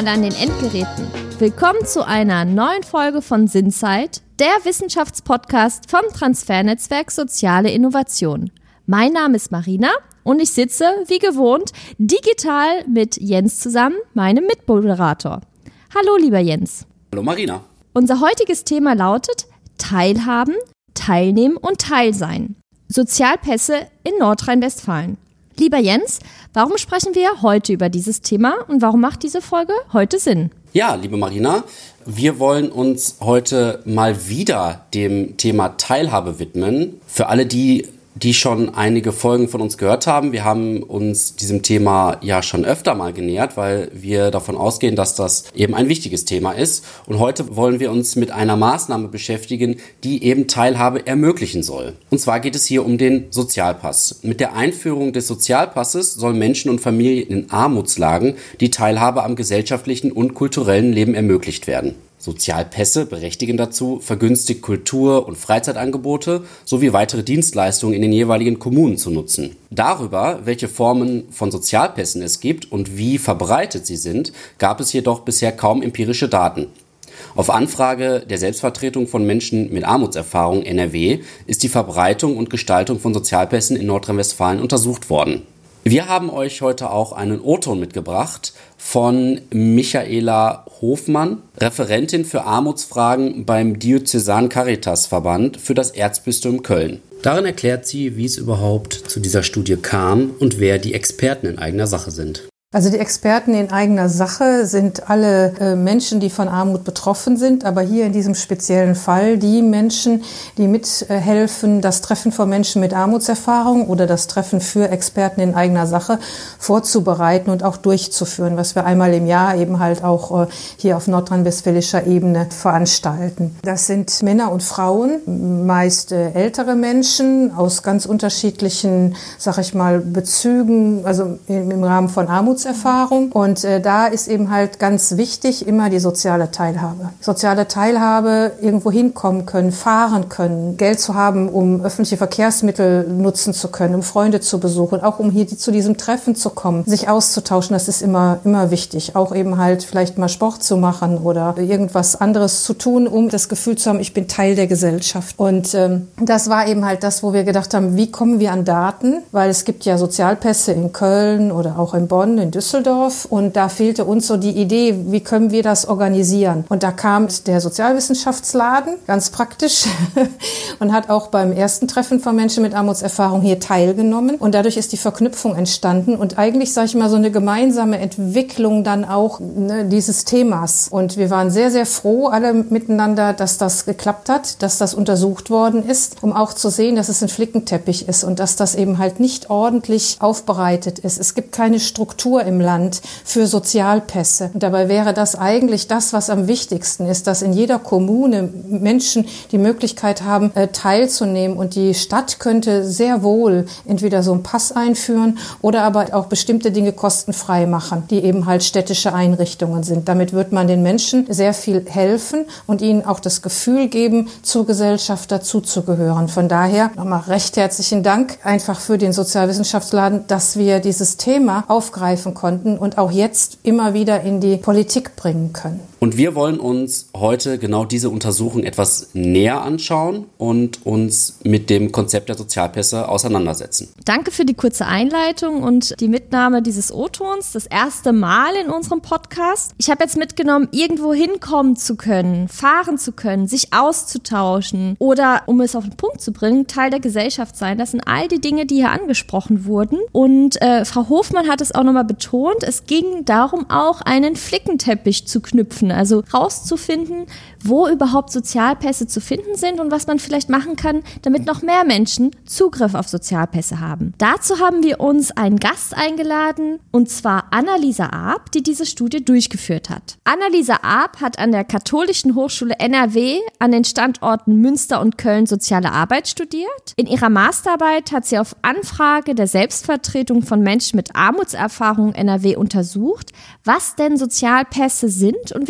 alle an den Endgeräten. Willkommen zu einer neuen Folge von Sinnzeit, der Wissenschaftspodcast vom Transfernetzwerk Soziale Innovation. Mein Name ist Marina und ich sitze, wie gewohnt, digital mit Jens zusammen, meinem Mitmoderator. Hallo, lieber Jens. Hallo, Marina. Unser heutiges Thema lautet Teilhaben, Teilnehmen und Teilsein. Sozialpässe in Nordrhein-Westfalen. Lieber Jens, warum sprechen wir heute über dieses Thema und warum macht diese Folge heute Sinn? Ja, liebe Marina, wir wollen uns heute mal wieder dem Thema Teilhabe widmen. Für alle, die schon einige Folgen von uns gehört haben, wir haben uns diesem Thema ja schon öfter mal genähert, weil wir davon ausgehen, dass das eben ein wichtiges Thema ist. Und heute wollen wir uns mit einer Maßnahme beschäftigen, die eben Teilhabe ermöglichen soll. Und zwar geht es hier um den Sozialpass. Mit der Einführung des Sozialpasses sollen Menschen und Familien in Armutslagen die Teilhabe am gesellschaftlichen und kulturellen Leben ermöglicht werden. Sozialpässe berechtigen dazu, vergünstigt Kultur- und Freizeitangebote sowie weitere Dienstleistungen in den jeweiligen Kommunen zu nutzen. Darüber, welche Formen von Sozialpässen es gibt und wie verbreitet sie sind, gab es jedoch bisher kaum empirische Daten. Auf Anfrage der Selbstvertretung von Menschen mit Armutserfahrung NRW ist die Verbreitung und Gestaltung von Sozialpässen in Nordrhein-Westfalen untersucht worden. Wir haben euch heute auch einen O-Ton mitgebracht von Michaela Hofmann, Referentin für Armutsfragen beim Diözesanen Caritasverband für das Erzbistum Köln. Darin erklärt sie, wie es überhaupt zu dieser Studie kam und wer die Experten in eigener Sache sind. Also die Experten in eigener Sache sind alle Menschen, die von Armut betroffen sind, aber hier in diesem speziellen Fall die Menschen, die mithelfen, das Treffen von Menschen mit Armutserfahrung oder das Treffen für Experten in eigener Sache vorzubereiten und auch durchzuführen, was wir einmal im Jahr eben halt auch hier auf nordrhein-westfälischer Ebene veranstalten. Das sind Männer und Frauen, meist ältere Menschen aus ganz unterschiedlichen, sag ich mal, Bezügen, also im Rahmen von Armutserfahrung. Und da ist eben halt ganz wichtig immer die soziale Teilhabe. Soziale Teilhabe, irgendwo hinkommen können, fahren können, Geld zu haben, um öffentliche Verkehrsmittel nutzen zu können, um Freunde zu besuchen, auch um hier zu diesem Treffen zu kommen, sich auszutauschen, das ist immer wichtig. Auch eben halt vielleicht mal Sport zu machen oder irgendwas anderes zu tun, um das Gefühl zu haben, ich bin Teil der Gesellschaft. Und das war eben halt das, wo wir gedacht haben, wie kommen wir an Daten? Weil es gibt ja Sozialpässe in Köln oder auch in Bonn, in Düsseldorf, und da fehlte uns so die Idee, wie können wir das organisieren? Und da kam der Sozialwissenschaftsladen, ganz praktisch, und hat auch beim ersten Treffen von Menschen mit Armutserfahrung hier teilgenommen, und dadurch ist die Verknüpfung entstanden und eigentlich, sage ich mal, so eine gemeinsame Entwicklung dann auch dieses Themas. Und wir waren sehr, sehr froh, alle miteinander, dass das geklappt hat, dass das untersucht worden ist, um auch zu sehen, dass es ein Flickenteppich ist und dass das eben halt nicht ordentlich aufbereitet ist. Es gibt keine Struktur im Land für Sozialpässe. Und dabei wäre das eigentlich das, was am wichtigsten ist, dass in jeder Kommune Menschen die Möglichkeit haben, teilzunehmen. Und die Stadt könnte sehr wohl entweder so einen Pass einführen oder aber auch bestimmte Dinge kostenfrei machen, die eben halt städtische Einrichtungen sind. Damit wird man den Menschen sehr viel helfen und ihnen auch das Gefühl geben, zur Gesellschaft dazuzugehören. Von daher nochmal recht herzlichen Dank einfach für den Sozialwissenschaftsladen, dass wir dieses Thema aufgreifen konnten und auch jetzt immer wieder in die Politik bringen können. Und wir wollen uns heute genau diese Untersuchung etwas näher anschauen und uns mit dem Konzept der Sozialpässe auseinandersetzen. Danke für die kurze Einleitung und die Mitnahme dieses O-Tons, das erste Mal in unserem Podcast. Ich habe jetzt mitgenommen, irgendwo hinkommen zu können, fahren zu können, sich auszutauschen oder, um es auf den Punkt zu bringen, Teil der Gesellschaft sein. Das sind all die Dinge, die hier angesprochen wurden. Und Frau Hofmann hat es auch nochmal betont, es ging darum, auch einen Flickenteppich zu knüpfen, also rauszufinden, wo überhaupt Sozialpässe zu finden sind und was man vielleicht machen kann, damit noch mehr Menschen Zugriff auf Sozialpässe haben. Dazu haben wir uns einen Gast eingeladen, und zwar Annalisa Arp, die diese Studie durchgeführt hat. Annalisa Arp hat an der Katholischen Hochschule NRW an den Standorten Münster und Köln Soziale Arbeit studiert. In ihrer Masterarbeit hat sie auf Anfrage der Selbstvertretung von Menschen mit Armutserfahrung NRW untersucht, was denn Sozialpässe sind und wie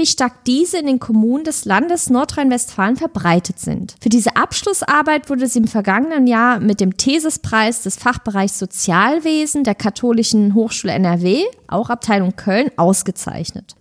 wie stark diese in den Kommunen des Landes Nordrhein-Westfalen verbreitet sind. Für diese Abschlussarbeit wurde sie im vergangenen Jahr mit dem Thesispreis des Fachbereichs Sozialwesen der Katholischen Hochschule NRW, auch Abteilung Köln, ausgezeichnet.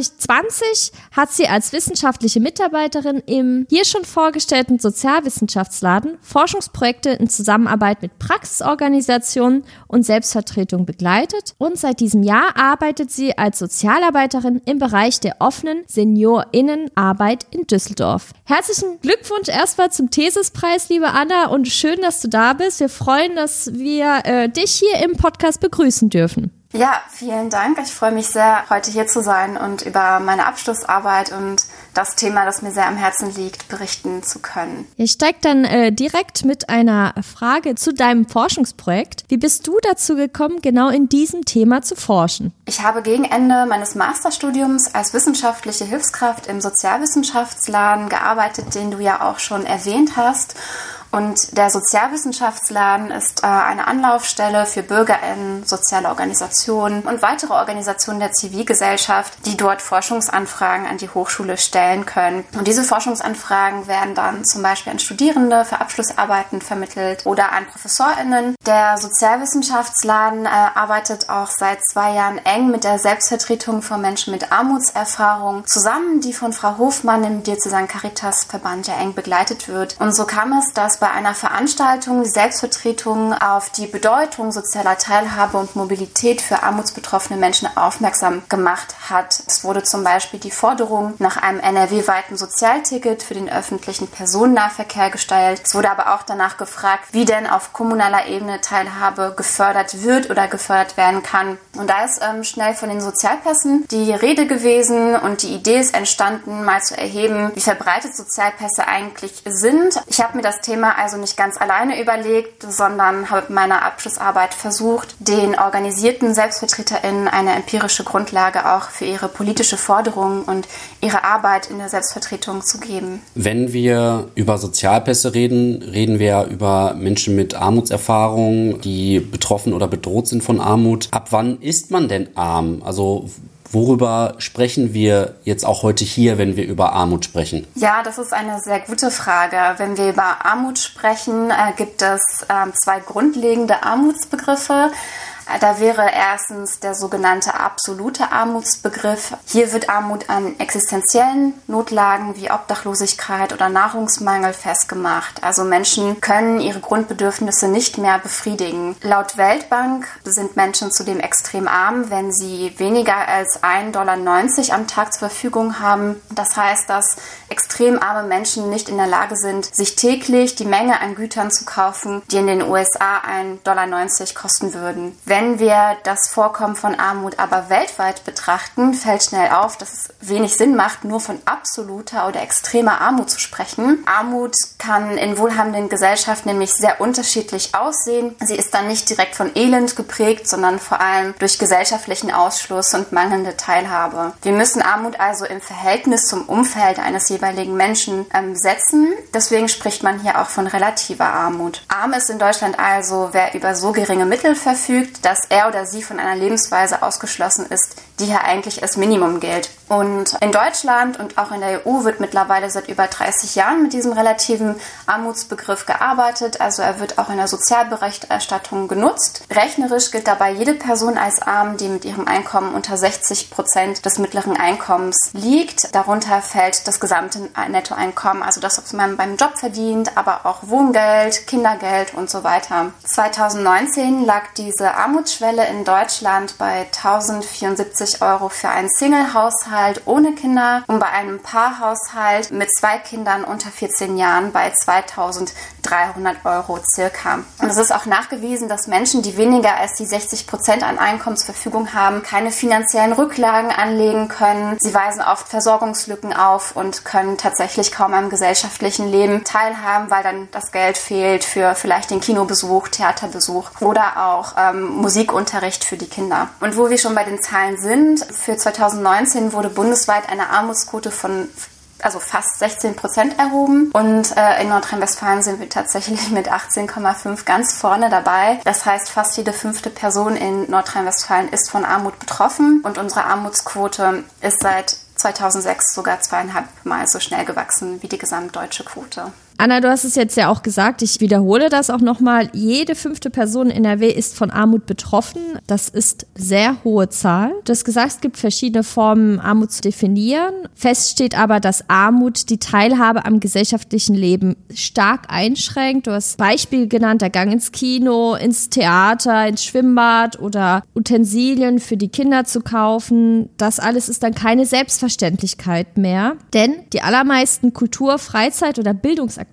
2020 hat sie als wissenschaftliche Mitarbeiterin im hier schon vorgestellten Sozialwissenschaftsladen Forschungsprojekte in Zusammenarbeit mit Praxisorganisationen und Selbstvertretung begleitet und seit diesem Jahr arbeitet sie als Sozialarbeiterin im Bereich der offenen SeniorInnenarbeit in Düsseldorf. Herzlichen Glückwunsch erstmal zum Thesispreis, liebe Anna, und schön, dass du da bist. Wir freuen, dass wir dich hier im Podcast begrüßen dürfen. Ja, vielen Dank. Ich freue mich sehr, heute hier zu sein und über meine Abschlussarbeit und das Thema, das mir sehr am Herzen liegt, berichten zu können. Ich steige dann direkt mit einer Frage zu deinem Forschungsprojekt. Wie bist du dazu gekommen, genau in diesem Thema zu forschen? Ich habe gegen Ende meines Masterstudiums als wissenschaftliche Hilfskraft im Sozialwissenschaftsladen gearbeitet, den du ja auch schon erwähnt hast. Und der Sozialwissenschaftsladen ist eine Anlaufstelle für BürgerInnen, soziale Organisationen und weitere Organisationen der Zivilgesellschaft, die dort Forschungsanfragen an die Hochschule stellen können. Und diese Forschungsanfragen werden dann zum Beispiel an Studierende für Abschlussarbeiten vermittelt oder an ProfessorInnen. Der Sozialwissenschaftsladen arbeitet auch seit 2 Jahren eng mit der Selbstvertretung von Menschen mit Armutserfahrung zusammen, die von Frau Hofmann im Diözesanen Caritasverband ja eng begleitet wird. Und so kam es, dass bei einer Veranstaltung die Selbstvertretung auf die Bedeutung sozialer Teilhabe und Mobilität für armutsbetroffene Menschen aufmerksam gemacht hat. Es wurde zum Beispiel die Forderung nach einem NRW-weiten Sozialticket für den öffentlichen Personennahverkehr gestellt. Es wurde aber auch danach gefragt, wie denn auf kommunaler Ebene Teilhabe gefördert wird oder gefördert werden kann. Und da ist schnell von den Sozialpässen die Rede gewesen und die Idee ist entstanden, mal zu erheben, wie verbreitet Sozialpässe eigentlich sind. Ich habe mir das Thema also nicht ganz alleine überlegt, sondern habe in meiner Abschlussarbeit versucht, den organisierten SelbstvertreterInnen eine empirische Grundlage auch für ihre politische Forderung und ihre Arbeit in der Selbstvertretung zu geben. Wenn wir über Sozialpässe reden, reden wir über Menschen mit Armutserfahrung, die betroffen oder bedroht sind von Armut. Ab wann ist man denn arm? Also worüber sprechen wir jetzt auch heute hier, wenn wir über Armut sprechen? Ja, das ist eine sehr gute Frage. Wenn wir über Armut sprechen, gibt es 2 grundlegende Armutsbegriffe. Da wäre erstens der sogenannte absolute Armutsbegriff. Hier wird Armut an existenziellen Notlagen wie Obdachlosigkeit oder Nahrungsmangel festgemacht. Also Menschen können ihre Grundbedürfnisse nicht mehr befriedigen. Laut Weltbank sind Menschen zudem extrem arm, wenn sie weniger als $1,90 am Tag zur Verfügung haben. Das heißt, dass extrem arme Menschen nicht in der Lage sind, sich täglich die Menge an Gütern zu kaufen, die in den USA $1,90 kosten würden. Wenn wir das Vorkommen von Armut aber weltweit betrachten, fällt schnell auf, dass es wenig Sinn macht, nur von absoluter oder extremer Armut zu sprechen. Armut kann in wohlhabenden Gesellschaften nämlich sehr unterschiedlich aussehen. Sie ist dann nicht direkt von Elend geprägt, sondern vor allem durch gesellschaftlichen Ausschluss und mangelnde Teilhabe. Wir müssen Armut also im Verhältnis zum Umfeld eines jeweiligen Menschen setzen. Deswegen spricht man hier auch von relativer Armut. Arm ist in Deutschland also, wer über so geringe Mittel verfügt, dass er oder sie von einer Lebensweise ausgeschlossen ist, die hier eigentlich als Minimum gilt. Und in Deutschland und auch in der EU wird mittlerweile seit über 30 Jahren mit diesem relativen Armutsbegriff gearbeitet. Also er wird auch in der Sozialberichterstattung genutzt. Rechnerisch gilt dabei jede Person als arm, die mit ihrem Einkommen unter 60% des mittleren Einkommens liegt. Darunter fällt das gesamte Nettoeinkommen, also das, was man beim Job verdient, aber auch Wohngeld, Kindergeld und so weiter. 2019 lag diese Armutsschwelle in Deutschland bei 1.074 € für einen Single-Haushalt ohne Kinder und bei einem Paarhaushalt mit 2 Kindern unter 14 Jahren bei 2.300 € circa. Und es ist auch nachgewiesen, dass Menschen, die weniger als die 60% an Einkommen zur Verfügung haben, keine finanziellen Rücklagen anlegen können. Sie weisen oft Versorgungslücken auf und können tatsächlich kaum am gesellschaftlichen Leben teilhaben, weil dann das Geld fehlt für vielleicht den Kinobesuch, Theaterbesuch oder auch Musikunterricht für die Kinder. Und wo wir schon bei den Zahlen sind, für 2019 wurde bundesweit eine Armutsquote von fast 16% erhoben und in Nordrhein-Westfalen sind wir tatsächlich mit 18,5 ganz vorne dabei. Das heißt, fast jede 5. Person in Nordrhein-Westfalen ist von Armut betroffen und unsere Armutsquote ist seit 2006 sogar 2,5-mal so schnell gewachsen wie die gesamtdeutsche Quote. Anna, du hast es jetzt ja auch gesagt, ich wiederhole das auch nochmal. Jede 5. Person in NRW ist von Armut betroffen. Das ist sehr hohe Zahl. Du hast gesagt, es gibt verschiedene Formen, Armut zu definieren. Fest steht aber, dass Armut die Teilhabe am gesellschaftlichen Leben stark einschränkt. Du hast Beispiele genannt, der Gang ins Kino, ins Theater, ins Schwimmbad oder Utensilien für die Kinder zu kaufen. Das alles ist dann keine Selbstverständlichkeit mehr. Denn die allermeisten Kultur-, Freizeit- oder Bildungsaktivitäten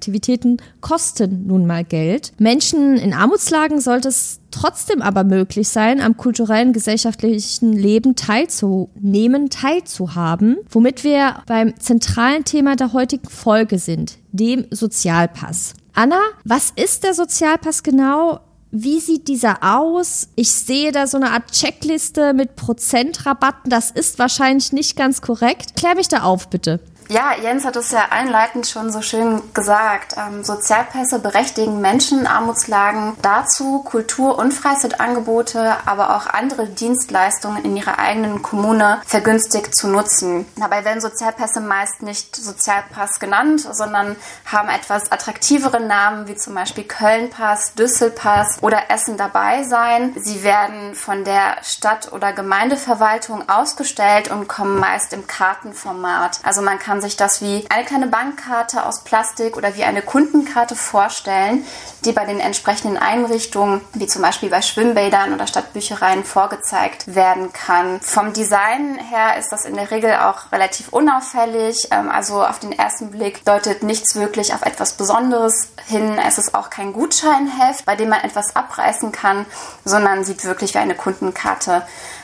kosten nun mal Geld. Menschen in Armutslagen sollte es trotzdem aber möglich sein, am kulturellen, gesellschaftlichen Leben teilzunehmen, teilzuhaben, womit wir beim zentralen Thema der heutigen Folge sind, dem Sozialpass. Anna, was ist der Sozialpass genau? Wie sieht dieser aus? Ich sehe da so eine Art Checkliste mit Prozentrabatten. Das ist wahrscheinlich nicht ganz korrekt. Klär mich da auf, bitte. Ja, Jens hat es ja einleitend schon so schön gesagt. Sozialpässe berechtigen Menschen in Armutslagen dazu, Kultur- und Freizeitangebote, aber auch andere Dienstleistungen in ihrer eigenen Kommune vergünstigt zu nutzen. Dabei werden Sozialpässe meist nicht Sozialpass genannt, sondern haben etwas attraktivere Namen, wie zum Beispiel Köln-Pass, Düsselpass oder Essen dabei sein. Sie werden von der Stadt- oder Gemeindeverwaltung ausgestellt und kommen meist im Kartenformat. Also man kann sich das wie eine kleine Bankkarte aus Plastik oder wie eine Kundenkarte vorstellen, die bei den entsprechenden Einrichtungen, wie zum Beispiel bei Schwimmbädern oder Stadtbüchereien, vorgezeigt werden kann. Vom Design her ist das in der Regel auch relativ unauffällig. Also auf den ersten Blick deutet nichts wirklich auf etwas Besonderes hin. Es ist auch kein Gutscheinheft, bei dem man etwas abreißen kann, sondern sieht wirklich wie eine Kundenkarte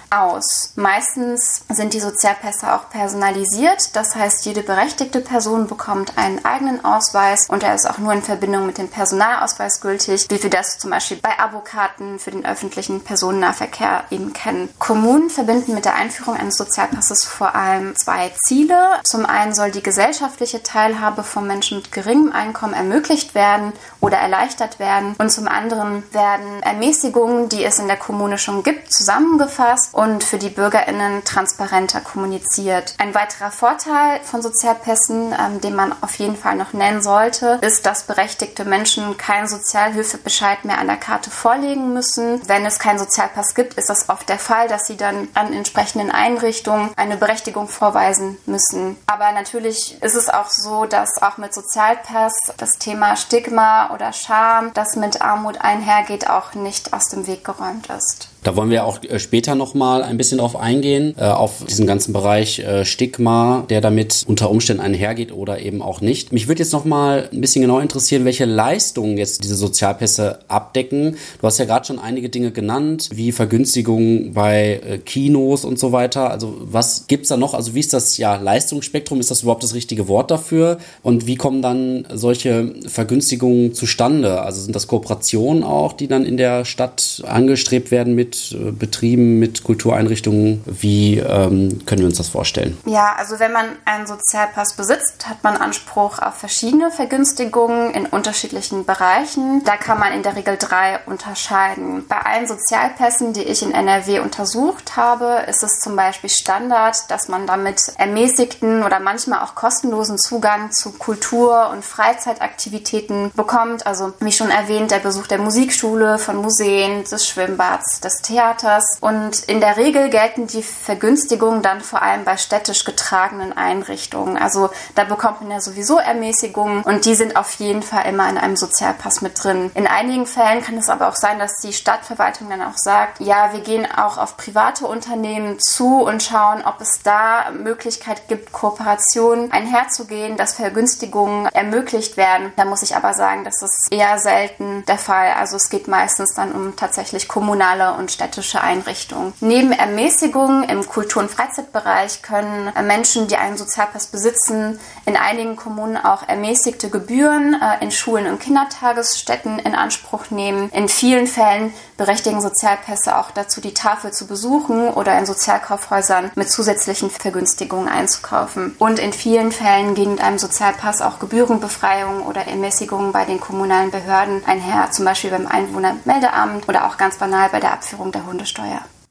aus. Meistens sind die Sozialpässe auch personalisiert, das heißt, jede berechtigte Person bekommt einen eigenen Ausweis und er ist auch nur in Verbindung mit dem Personalausweis gültig, wie wir das zum Beispiel bei Abokarten für den öffentlichen Personennahverkehr eben kennen. Kommunen verbinden mit der Einführung eines Sozialpasses vor allem 2 Ziele. Zum einen soll die gesellschaftliche Teilhabe von Menschen mit geringem Einkommen ermöglicht werden oder erleichtert werden und zum anderen werden Ermäßigungen, die es in der Kommune schon gibt, zusammengefasst und für die BürgerInnen transparenter kommuniziert. Ein weiterer Vorteil von Sozialpässen, den man auf jeden Fall noch nennen sollte, ist, dass berechtigte Menschen keinen Sozialhilfebescheid mehr an der Karte vorlegen müssen. Wenn es keinen Sozialpass gibt, ist das oft der Fall, dass sie dann an entsprechenden Einrichtungen eine Berechtigung vorweisen müssen. Aber natürlich ist es auch so, dass auch mit Sozialpass das Thema Stigma oder Scham, das mit Armut einhergeht, auch nicht aus dem Weg geräumt ist. Da wollen wir auch später nochmal ein bisschen drauf eingehen, auf diesen ganzen Bereich Stigma, der damit unter Umständen einhergeht oder eben auch nicht. Mich würde jetzt nochmal ein bisschen genau interessieren, welche Leistungen jetzt diese Sozialpässe abdecken. Du hast ja gerade schon einige Dinge genannt, wie Vergünstigungen bei Kinos und so weiter. Also was gibt's da noch? Also wie ist das Leistungsspektrum? Ist das überhaupt das richtige Wort dafür? Und wie kommen dann solche Vergünstigungen zustande? Also sind das Kooperationen auch, die dann in der Stadt angestrebt werden mit Betrieben, mit Kultureinrichtungen? Wie können wir uns das vorstellen? Ja, also wenn man einen Sozialpass besitzt, hat man Anspruch auf verschiedene Vergünstigungen in unterschiedlichen Bereichen. Da kann man in der Regel 3 unterscheiden. Bei allen Sozialpässen, die ich in NRW untersucht habe, ist es zum Beispiel Standard, dass man damit ermäßigten oder manchmal auch kostenlosen Zugang zu Kultur- und Freizeitaktivitäten bekommt. Also wie schon erwähnt, der Besuch der Musikschule, von Museen, des Schwimmbads, des Theaters. Und in der Regel gelten die Vergünstigungen dann vor allem bei städtisch getragenen Einrichtungen. Also da bekommt man ja sowieso Ermäßigungen und die sind auf jeden Fall immer in einem Sozialpass mit drin. In einigen Fällen kann es aber auch sein, dass die Stadtverwaltung dann auch sagt, ja, wir gehen auch auf private Unternehmen zu und schauen, ob es da Möglichkeit gibt, Kooperationen einherzugehen, dass Vergünstigungen ermöglicht werden. Da muss ich aber sagen, das ist eher selten der Fall. Also es geht meistens dann um tatsächlich kommunale und städtische Einrichtungen. Neben Ermäßigungen im Kultur- und Freizeitbereich können Menschen, die einen Sozialpass besitzen, in einigen Kommunen auch ermäßigte Gebühren in Schulen und Kindertagesstätten in Anspruch nehmen. In vielen Fällen berechtigen Sozialpässe auch dazu, die Tafel zu besuchen oder in Sozialkaufhäusern mit zusätzlichen Vergünstigungen einzukaufen. Und in vielen Fällen gehen mit einem Sozialpass auch Gebührenbefreiungen oder Ermäßigungen bei den kommunalen Behörden einher, zum Beispiel beim Einwohnermeldeamt oder auch ganz banal bei der Abführung der Hundesteuer.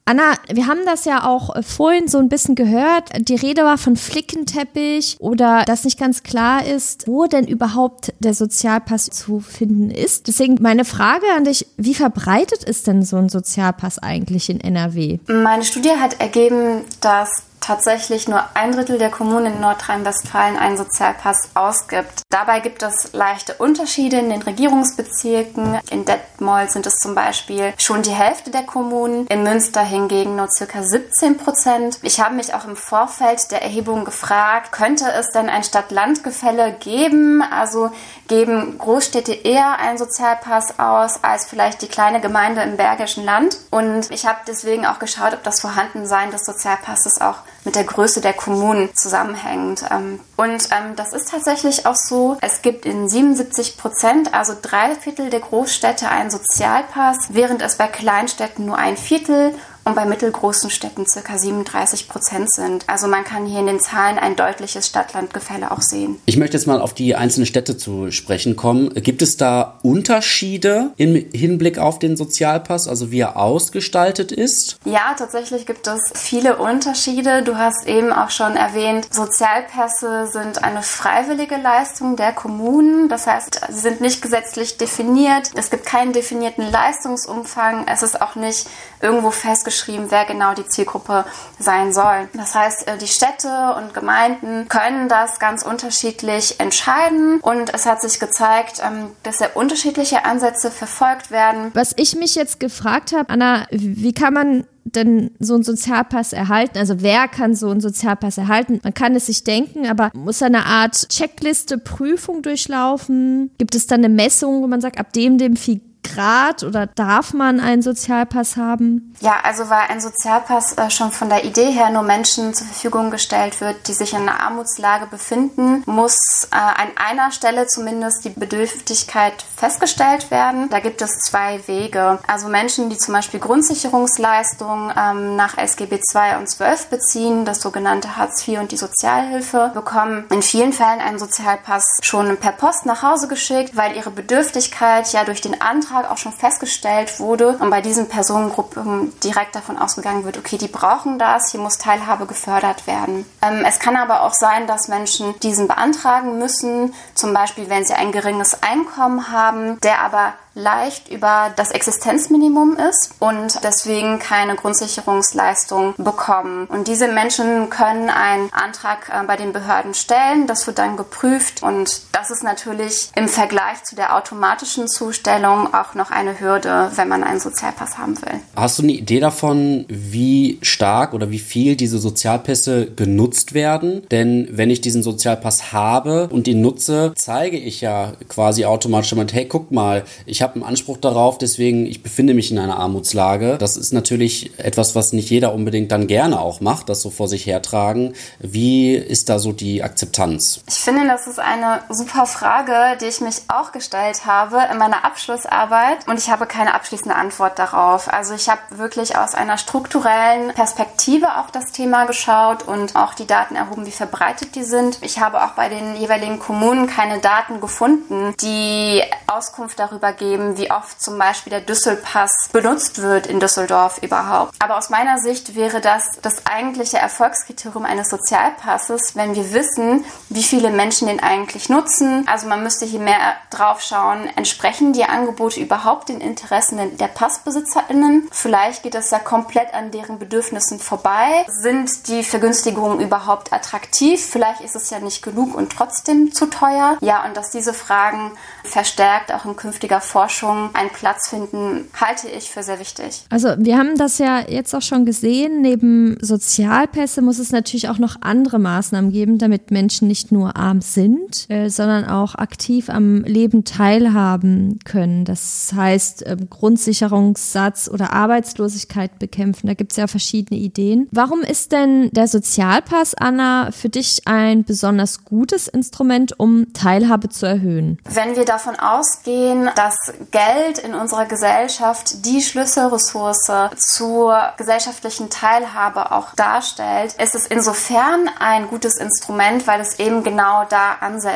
Anna, wir haben das ja auch vorhin so ein bisschen gehört. Die Rede war von Flickenteppich oder dass nicht ganz klar ist, wo denn überhaupt der Sozialpass zu finden ist. Deswegen meine Frage an dich, wie verbreitet ist denn so ein Sozialpass eigentlich in NRW? Meine Studie hat ergeben, dass tatsächlich nur 1/3 der Kommunen in Nordrhein-Westfalen einen Sozialpass ausgibt. Dabei gibt es leichte Unterschiede in den Regierungsbezirken. In Detmold sind es zum Beispiel schon die Hälfte der Kommunen, in Münster hingegen nur ca. 17%. Ich habe mich auch im Vorfeld der Erhebung gefragt, könnte es denn ein Stadt-Land-Gefälle geben? Also geben Großstädte eher einen Sozialpass aus als vielleicht die kleine Gemeinde im Bergischen Land? Und ich habe deswegen auch geschaut, ob das Vorhandensein des Sozialpasses auch mit der Größe der Kommunen zusammenhängt. Das ist tatsächlich auch so. Es gibt in 77%, also 3/4 der Großstädte, einen Sozialpass, während es bei Kleinstädten nur 1/4 und bei mittelgroßen Städten ca. 37% sind. Also man kann hier in den Zahlen ein deutliches Stadt-Land-Gefälle auch sehen. Ich möchte jetzt mal auf die einzelnen Städte zu sprechen kommen. Gibt es da Unterschiede im Hinblick auf den Sozialpass, also wie er ausgestaltet ist? Ja, tatsächlich gibt es viele Unterschiede. Du hast eben auch schon erwähnt, Sozialpässe sind eine freiwillige Leistung der Kommunen. Das heißt, sie sind nicht gesetzlich definiert. Es gibt keinen definierten Leistungsumfang. Es ist auch nicht irgendwo festgeschrieben, wer genau die Zielgruppe sein soll. Das heißt, die Städte und Gemeinden können das ganz unterschiedlich entscheiden und es hat sich gezeigt, dass sehr unterschiedliche Ansätze verfolgt werden. Was ich mich jetzt gefragt habe, Anna, wie kann man denn so einen Sozialpass erhalten? Also wer kann so einen Sozialpass erhalten? Man kann es sich denken, aber muss eine Art Checkliste, Prüfung durchlaufen? Gibt es dann eine Messung, wo man sagt, ab dem Grad oder darf man einen Sozialpass haben? Ja, also weil ein Sozialpass schon von der Idee her nur Menschen zur Verfügung gestellt wird, die sich in einer Armutslage befinden, muss an einer Stelle zumindest die Bedürftigkeit festgestellt werden. Da gibt es 2 Wege. Also Menschen, die zum Beispiel Grundsicherungsleistungen nach SGB II und XII beziehen, das sogenannte Hartz IV und die Sozialhilfe, bekommen in vielen Fällen einen Sozialpass schon per Post nach Hause geschickt, weil ihre Bedürftigkeit ja durch den Antrag auch schon festgestellt wurde und bei diesen Personengruppen direkt davon ausgegangen wird, okay, die brauchen das, hier muss Teilhabe gefördert werden. Es kann aber auch sein, dass Menschen diesen beantragen müssen, zum Beispiel wenn sie ein geringes Einkommen haben, der aber leicht über das Existenzminimum ist und deswegen keine Grundsicherungsleistung bekommen. Und diese Menschen können einen Antrag bei den Behörden stellen, das wird dann geprüft und das ist natürlich im Vergleich zu der automatischen Zustellung auch noch eine Hürde, wenn man einen Sozialpass haben will. Hast du eine Idee davon, wie stark oder wie viel diese Sozialpässe genutzt werden? Denn wenn ich diesen Sozialpass habe und ihn nutze, zeige ich ja quasi automatisch jemand, hey, guck mal, ich habe einen Anspruch darauf, deswegen ich befinde mich in einer Armutslage. Das ist natürlich etwas, was nicht jeder unbedingt dann gerne auch macht, das so vor sich hertragen. Wie ist da so die Akzeptanz? Ich finde, das ist eine super Frage, die ich mich auch gestellt habe in meiner Abschlussarbeit und ich habe keine abschließende Antwort darauf. Also ich habe wirklich aus einer strukturellen Perspektive auf das Thema geschaut und auch die Daten erhoben, wie verbreitet die sind. Ich habe auch bei den jeweiligen Kommunen keine Daten gefunden, die Auskunft darüber geben, wie oft zum Beispiel der Düsselpass benutzt wird in Düsseldorf überhaupt. Aber aus meiner Sicht wäre das eigentliche Erfolgskriterium eines Sozialpasses, wenn wir wissen, wie viele Menschen den eigentlich nutzen. Also man müsste hier mehr drauf schauen, entsprechen die Angebote überhaupt den Interessen der PassbesitzerInnen? Vielleicht geht das ja komplett an deren Bedürfnissen vorbei. Sind die Vergünstigungen überhaupt attraktiv? Vielleicht ist es ja nicht genug und trotzdem zu teuer. Ja, und dass diese Fragen verstärkt auch in künftiger Forschung einen Platz finden, halte ich für sehr wichtig. Also wir haben das ja jetzt auch schon gesehen, neben Sozialpässe muss es natürlich auch noch andere Maßnahmen geben, damit Menschen nicht nur arm sind, sondern auch aktiv am Leben teilhaben können. Das heißt Grundsicherungssatz oder Arbeitslosigkeit bekämpfen, da gibt es ja verschiedene Ideen. Warum ist denn der Sozialpass, Anna, für dich ein besonders gutes Instrument, um Teilhabe zu erhöhen? Wenn wir davon ausgehen, dass Geld in unserer Gesellschaft die Schlüsselressource zur gesellschaftlichen Teilhabe auch darstellt, ist es insofern ein gutes Instrument, weil es eben genau da ansetzt.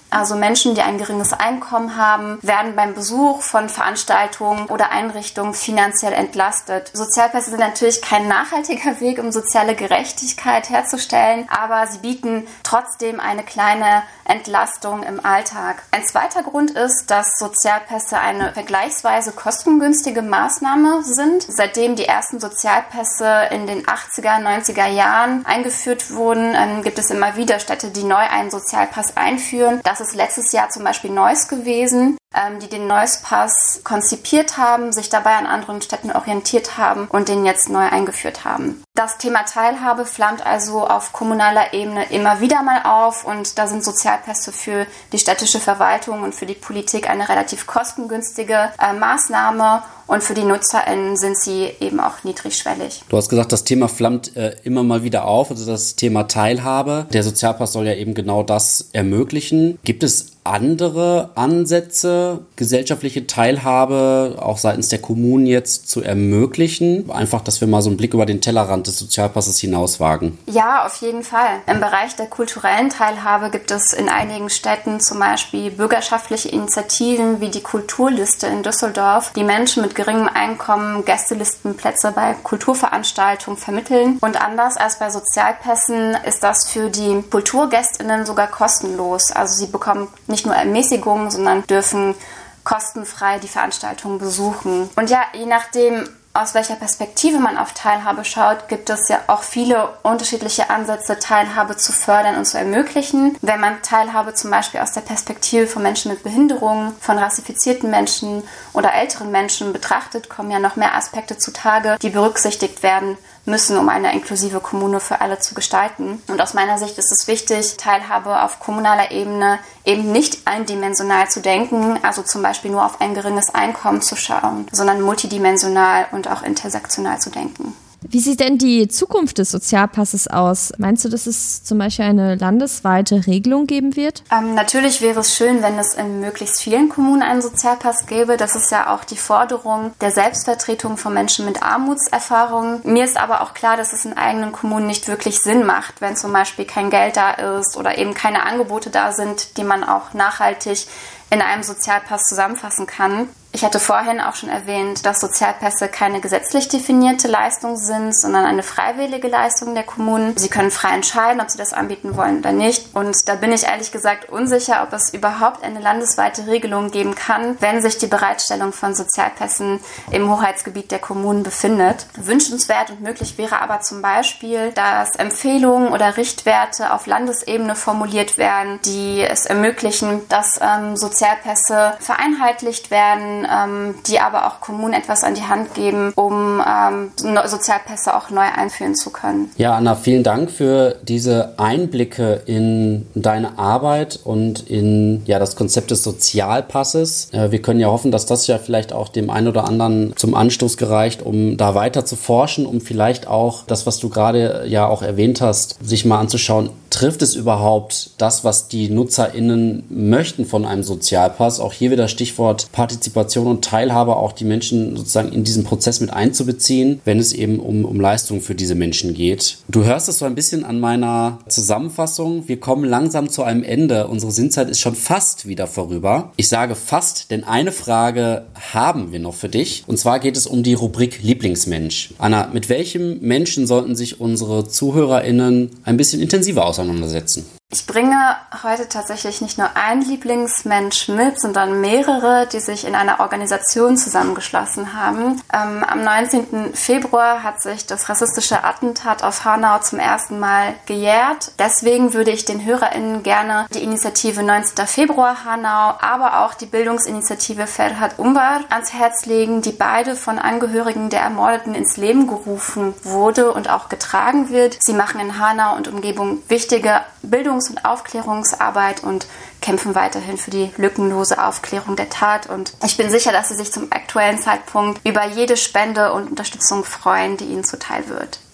Also Menschen, die ein geringes Einkommen haben, werden beim Besuch von Veranstaltungen oder Einrichtungen finanziell entlastet. Sozialpässe sind natürlich kein nachhaltiger Weg, um soziale Gerechtigkeit herzustellen, aber sie bieten trotzdem eine kleine Entlastung im Alltag. Ein zweiter Grund ist, dass Sozialpässe eine vergleichsweise kostengünstige Maßnahme sind. Seitdem die ersten Sozialpässe in den 80er, 90er Jahren eingeführt wurden, gibt es immer wieder Städte, die neu einen Sozialpass einführen. Das ist letztes Jahr zum Beispiel Neuss gewesen, die den Neuss-Pass konzipiert haben, sich dabei an anderen Städten orientiert haben und den jetzt neu eingeführt haben. Das Thema Teilhabe flammt also auf kommunaler Ebene immer wieder mal auf und da sind Sozialpässe für die städtische Verwaltung und für die Politik eine relativ kostengünstige Maßnahme und für die NutzerInnen sind sie eben auch niedrigschwellig. Du hast gesagt, das Thema flammt immer mal wieder auf, also das Thema Teilhabe. Der Sozialpass soll ja eben genau das ermöglichen. Gibt es andere Ansätze, gesellschaftliche Teilhabe auch seitens der Kommunen jetzt zu ermöglichen? Einfach, dass wir mal so einen Blick über den Tellerrand des Sozialpasses hinauswagen. Ja, auf jeden Fall. Im Bereich der kulturellen Teilhabe gibt es in einigen Städten zum Beispiel bürgerschaftliche Initiativen wie die Kulturliste in Düsseldorf, die Menschen mit geringem Einkommen Gästelistenplätze bei Kulturveranstaltungen vermitteln. Und anders als bei Sozialpässen ist das für die KulturgästInnen sogar kostenlos. Also sie bekommen nicht nur Ermäßigungen, sondern dürfen kostenfrei die Veranstaltungen besuchen. Und ja, je nachdem, aus welcher Perspektive man auf Teilhabe schaut, gibt es ja auch viele unterschiedliche Ansätze, Teilhabe zu fördern und zu ermöglichen. Wenn man Teilhabe zum Beispiel aus der Perspektive von Menschen mit Behinderungen, von rassifizierten Menschen oder älteren Menschen betrachtet, kommen ja noch mehr Aspekte zutage, die berücksichtigt werden müssen, um eine inklusive Kommune für alle zu gestalten. Und aus meiner Sicht ist es wichtig, Teilhabe auf kommunaler Ebene eben nicht eindimensional zu denken, also zum Beispiel nur auf ein geringes Einkommen zu schauen, sondern multidimensional und auch intersektional zu denken. Wie sieht denn die Zukunft des Sozialpasses aus? Meinst du, dass es zum Beispiel eine landesweite Regelung geben wird? Natürlich wäre es schön, wenn es in möglichst vielen Kommunen einen Sozialpass gäbe. Das ist ja auch die Forderung der Selbstvertretung von Menschen mit Armutserfahrungen. Mir ist aber auch klar, dass es in eigenen Kommunen nicht wirklich Sinn macht, wenn zum Beispiel kein Geld da ist oder eben keine Angebote da sind, die man auch nachhaltig in einem Sozialpass zusammenfassen kann. Ich hatte vorhin auch schon erwähnt, dass Sozialpässe keine gesetzlich definierte Leistung sind, sondern eine freiwillige Leistung der Kommunen. Sie können frei entscheiden, ob sie das anbieten wollen oder nicht. Und da bin ich ehrlich gesagt unsicher, ob es überhaupt eine landesweite Regelung geben kann, wenn sich die Bereitstellung von Sozialpässen im Hoheitsgebiet der Kommunen befindet. Wünschenswert und möglich wäre aber zum Beispiel, dass Empfehlungen oder Richtwerte auf Landesebene formuliert werden, die es ermöglichen, dass Sozialpässe vereinheitlicht werden, die aber auch Kommunen etwas an die Hand geben, um Sozialpässe auch neu einführen zu können. Ja, Anna, vielen Dank für diese Einblicke in deine Arbeit und in das Konzept des Sozialpasses. Wir können ja hoffen, dass das ja vielleicht auch dem einen oder anderen zum Anstoß gereicht, um da weiter zu forschen, um vielleicht auch das, was du gerade ja auch erwähnt hast, sich mal anzuschauen, trifft es überhaupt das, was die NutzerInnen möchten von einem Sozialpass? Auch hier wieder Stichwort Partizipation und Teilhabe, auch die Menschen sozusagen in diesen Prozess mit einzubeziehen, wenn es eben um Leistungen für diese Menschen geht. Du hörst es so ein bisschen an meiner Zusammenfassung. Wir kommen langsam zu einem Ende. Unsere Sinnzeit ist schon fast wieder vorüber. Ich sage fast, denn eine Frage haben wir noch für dich. Und zwar geht es um die Rubrik Lieblingsmensch. Anna, mit welchem Menschen sollten sich unsere ZuhörerInnen ein bisschen intensiver auseinandersetzen? Ich bringe heute tatsächlich nicht nur einen Lieblingsmensch mit, sondern mehrere, die sich in einer Organisation zusammengeschlossen haben. Am 19. Februar hat sich das rassistische Attentat auf Hanau zum ersten Mal gejährt. Deswegen würde ich den HörerInnen gerne die Initiative 19. Februar Hanau, aber auch die Bildungsinitiative Ferhat Umbar ans Herz legen, die beide von Angehörigen der Ermordeten ins Leben gerufen wurde und auch getragen wird. Sie machen in Hanau und Umgebung wichtige Bildungs- und Aufklärungsarbeit und kämpfen weiterhin für die lückenlose Aufklärung der Tat. Und ich bin sicher, dass sie sich zum aktuellen Zeitpunkt über jede Spende und Unterstützung freuen, die ihnen zuteil wird.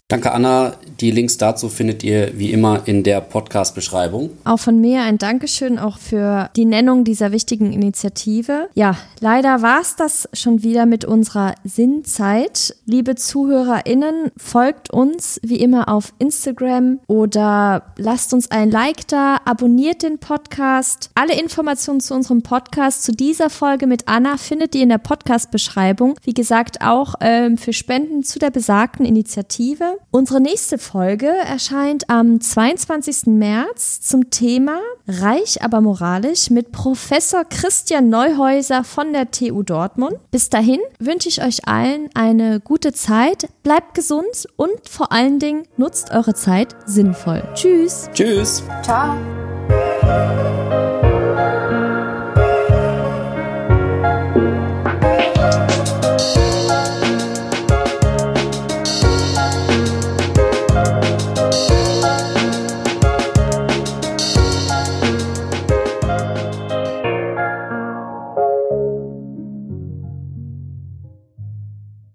Danke, Anna. Die Links dazu findet ihr wie immer in der Podcast-Beschreibung. Auch von mir ein Dankeschön auch für die Nennung dieser wichtigen Initiative. Ja, leider war es das schon wieder mit unserer Sinnzeit. Liebe ZuhörerInnen, folgt uns wie immer auf Instagram oder lasst uns ein Like da, abonniert den Podcast. Alle Informationen zu unserem Podcast, zu dieser Folge mit Anna, findet ihr in der Podcast-Beschreibung. Wie gesagt, auch für Spenden zu der besagten Initiative. Unsere nächste Folge erscheint am 22. März zum Thema Reich, aber moralisch mit Professor Christian Neuhäuser von der TU Dortmund. Bis dahin wünsche ich euch allen eine gute Zeit, bleibt gesund und vor allen Dingen nutzt eure Zeit sinnvoll. Tschüss. Tschüss. Ciao.